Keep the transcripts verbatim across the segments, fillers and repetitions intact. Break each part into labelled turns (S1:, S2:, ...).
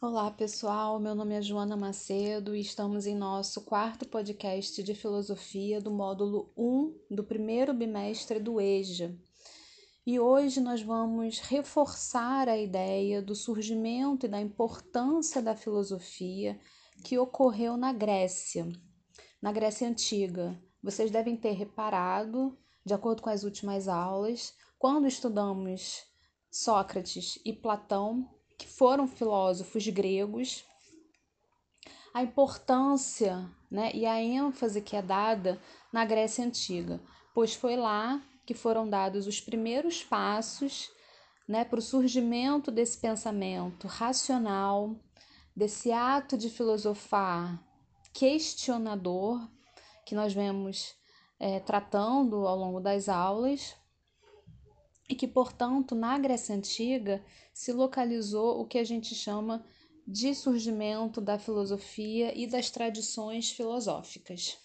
S1: Olá, pessoal. Meu nome é Joana Macedo e estamos em nosso quarto podcast de filosofia do módulo um do primeiro bimestre do EJA. E hoje nós vamos reforçar a ideia do surgimento e da importância da filosofia que ocorreu na Grécia, na Grécia Antiga. Vocês devem ter reparado, de acordo com as últimas aulas, quando estudamos Sócrates e Platão, que foram filósofos gregos, a importância, né, e a ênfase que é dada na Grécia Antiga, pois foi lá que foram dados os primeiros passos, né, para o surgimento desse pensamento racional, desse ato de filosofar questionador, que nós vemos é, tratando ao longo das aulas, e que, portanto, na Grécia Antiga se localizou o que a gente chama de surgimento da filosofia e das tradições filosóficas.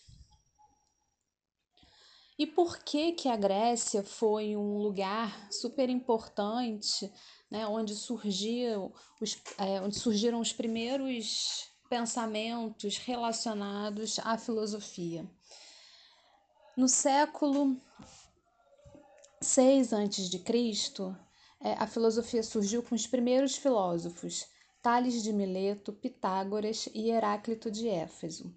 S1: E por que que a Grécia foi um lugar super importante, né, onde, surgiu os, é, onde surgiram os primeiros pensamentos relacionados à filosofia? No século seis antes de Cristo, a filosofia surgiu com os primeiros filósofos, Tales de Mileto, Pitágoras e Heráclito de Éfeso.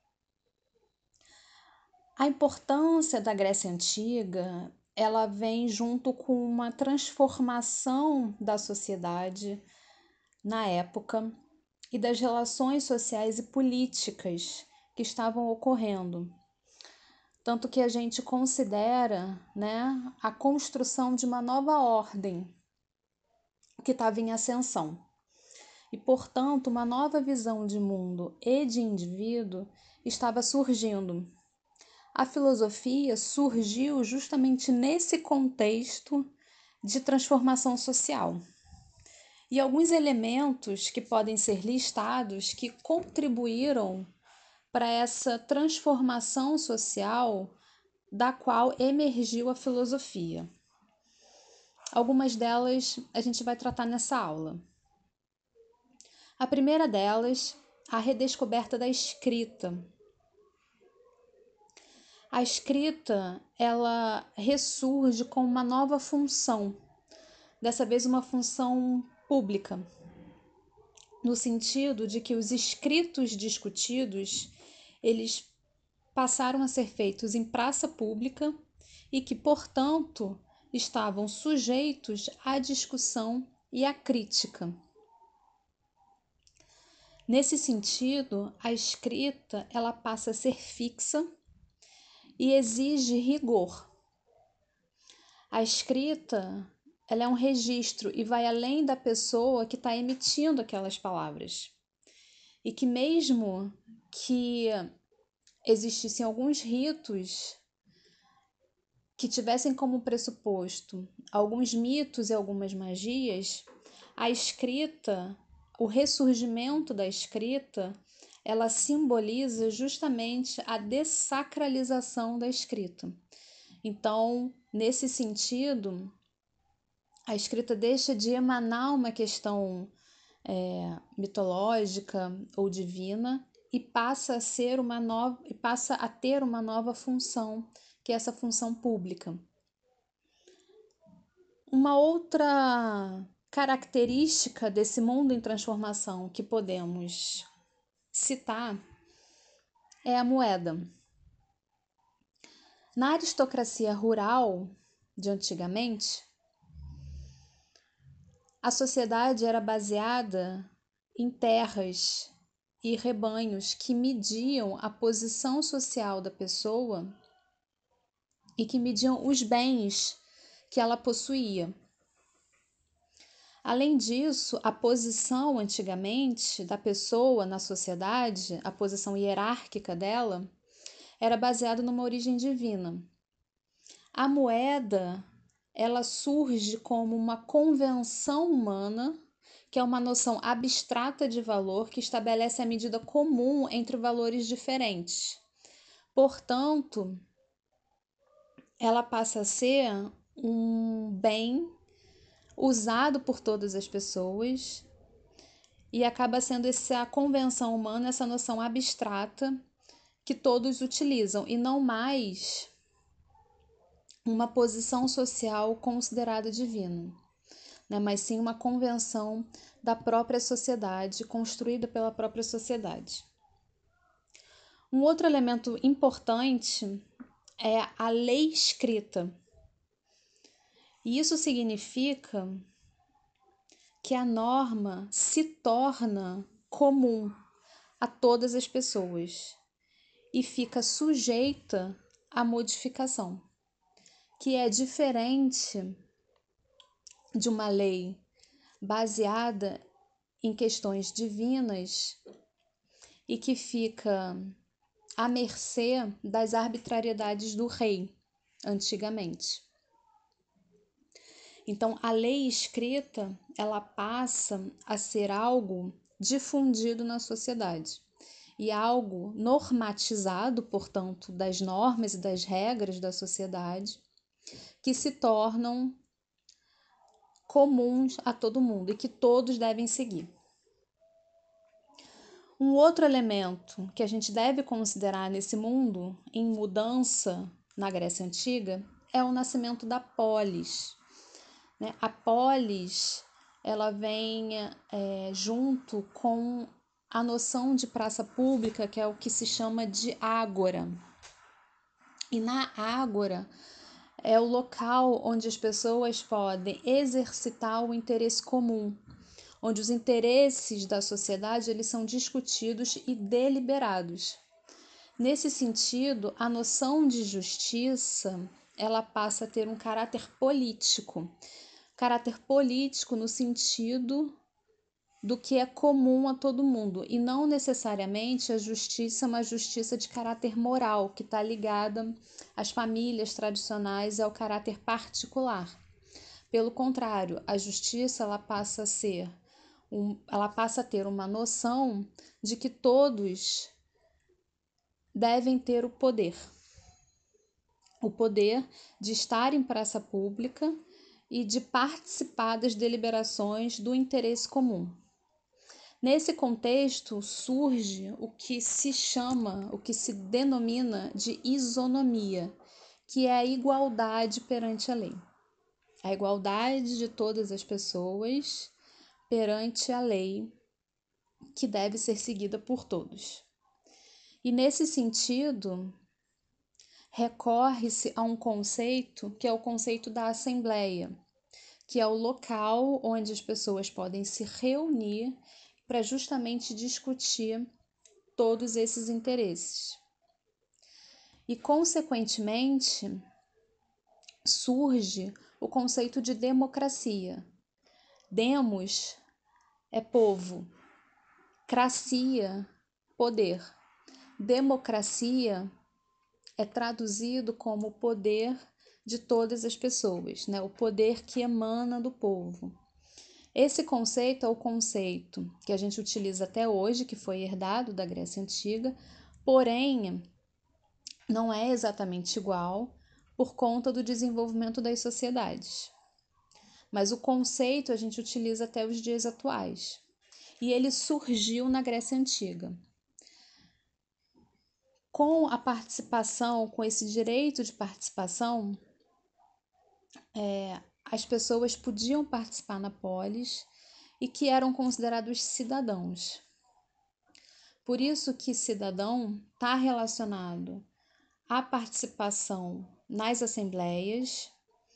S1: A importância da Grécia Antiga, ela vem junto com uma transformação da sociedade na época e das relações sociais e políticas que estavam ocorrendo. Tanto que a gente considera, né, a construção de uma nova ordem que estava em ascensão. E, portanto, uma nova visão de mundo e de indivíduo estava surgindo. A filosofia surgiu justamente nesse contexto de transformação social. E alguns elementos que podem ser listados que contribuíram para essa transformação social da qual emergiu a filosofia. Algumas delas a gente vai tratar nessa aula. A primeira delas, a redescoberta da escrita. A escrita, ela ressurge com uma nova função, dessa vez uma função pública, no sentido de que os escritos discutidos, eles passaram a ser feitos em praça pública e que, portanto, estavam sujeitos à discussão e à crítica. Nesse sentido, a escrita ela passa a ser fixa e exige rigor. A escrita ela é um registro e vai além da pessoa que está emitindo aquelas palavras. E que mesmo que existissem alguns ritos que tivessem como pressuposto alguns mitos e algumas magias, a escrita, o ressurgimento da escrita, ela simboliza justamente a dessacralização da escrita. Então, nesse sentido, a escrita deixa de emanar uma questão é, mitológica ou divina e passa a ser uma nova, e passa a ter uma nova função, que é essa função pública. Uma outra característica desse mundo em transformação que podemos citar é a moeda. Na aristocracia rural de antigamente, a sociedade era baseada em terras e rebanhos que mediam a posição social da pessoa e que mediam os bens que ela possuía. Além disso, a posição antigamente da pessoa na sociedade, a posição hierárquica dela, era baseada numa origem divina. A moeda, ela surge como uma convenção humana, que é uma noção abstrata de valor que estabelece a medida comum entre valores diferentes. Portanto, ela passa a ser um bem usado por todas as pessoas e acaba sendo essa convenção humana, essa noção abstrata que todos utilizam, e não mais uma posição social considerada divina, né? Mas sim uma convenção da própria sociedade, construída pela própria sociedade. Um outro elemento importante é a lei escrita. E isso significa que a norma se torna comum a todas as pessoas e fica sujeita à modificação, que é diferente de uma lei baseada em questões divinas e que fica à mercê das arbitrariedades do rei, antigamente. Então, a lei escrita, ela passa a ser algo difundido na sociedade e algo normatizado, portanto, das normas e das regras da sociedade, que se tornam comuns a todo mundo e que todos devem seguir. Um outro elemento que a gente deve considerar nesse mundo em mudança na Grécia Antiga é o nascimento da polis. Né? A polis, ela vem é, junto com a noção de praça pública, que é o que se chama de ágora. E na ágora é o local onde as pessoas podem exercitar o interesse comum, onde os interesses da sociedade eles são discutidos e deliberados. Nesse sentido, a noção de justiça ela passa a ter um caráter político, caráter político no sentido do que é comum a todo mundo, e não necessariamente a justiça é uma justiça de caráter moral, que está ligada às famílias tradicionais e ao caráter particular. Pelo contrário, a justiça ela passa a ser um, ela passa a ter uma noção de que todos devem ter o poder. O poder de estar em praça pública e de participar das deliberações do interesse comum. Nesse contexto surge o que se chama, o que se denomina de isonomia, que é a igualdade perante a lei. A igualdade de todas as pessoas perante a lei que deve ser seguida por todos. E nesse sentido, recorre-se a um conceito que é o conceito da assembleia, que é o local onde as pessoas podem se reunir para justamente discutir todos esses interesses. E, consequentemente, surge o conceito de democracia. Demos é povo, cracia, poder. Democracia é traduzido como o poder de todas as pessoas, né? O poder que emana do povo. Esse conceito é o conceito que a gente utiliza até hoje, que foi herdado da Grécia Antiga, porém não é exatamente igual por conta do desenvolvimento das sociedades. Mas o conceito a gente utiliza até os dias atuais. E ele surgiu na Grécia Antiga. Com a participação, com esse direito de participação, é, as pessoas podiam participar na polis e que eram considerados cidadãos. Por isso que cidadão está relacionado à participação nas assembleias,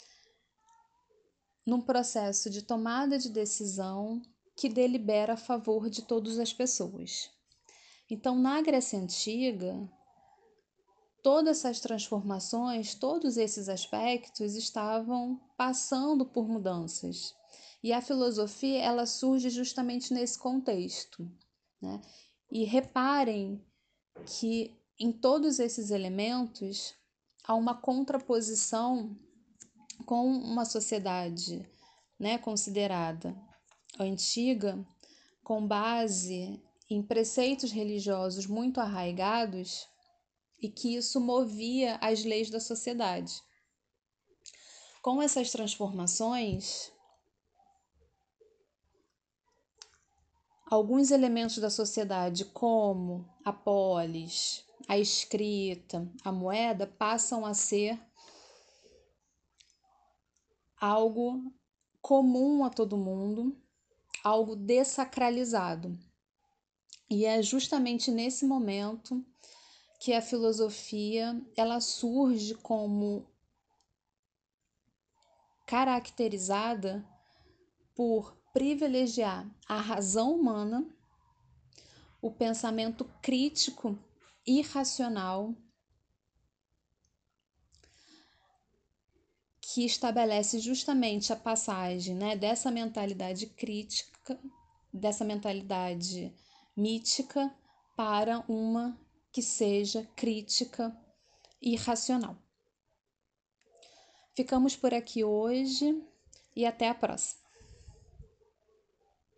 S1: num processo de tomada de decisão que delibera a favor de todas as pessoas. Então, na Grécia Antiga, todas essas transformações, todos esses aspectos estavam passando por mudanças. E a filosofia, ela surge justamente nesse contexto, né? E reparem que em todos esses elementos há uma contraposição com uma sociedade, né, considerada antiga, com base em preceitos religiosos muito arraigados, e que isso movia as leis da sociedade. Com essas transformações, alguns elementos da sociedade, como a polis, a escrita, a moeda, passam a ser algo comum a todo mundo, algo dessacralizado. E é justamente nesse momento que a filosofia ela surge como caracterizada por privilegiar a razão humana, o pensamento crítico e racional, que estabelece justamente a passagem, né, dessa mentalidade crítica, dessa mentalidade mítica, para uma que seja crítica e racional. Ficamos por aqui hoje e até a próxima.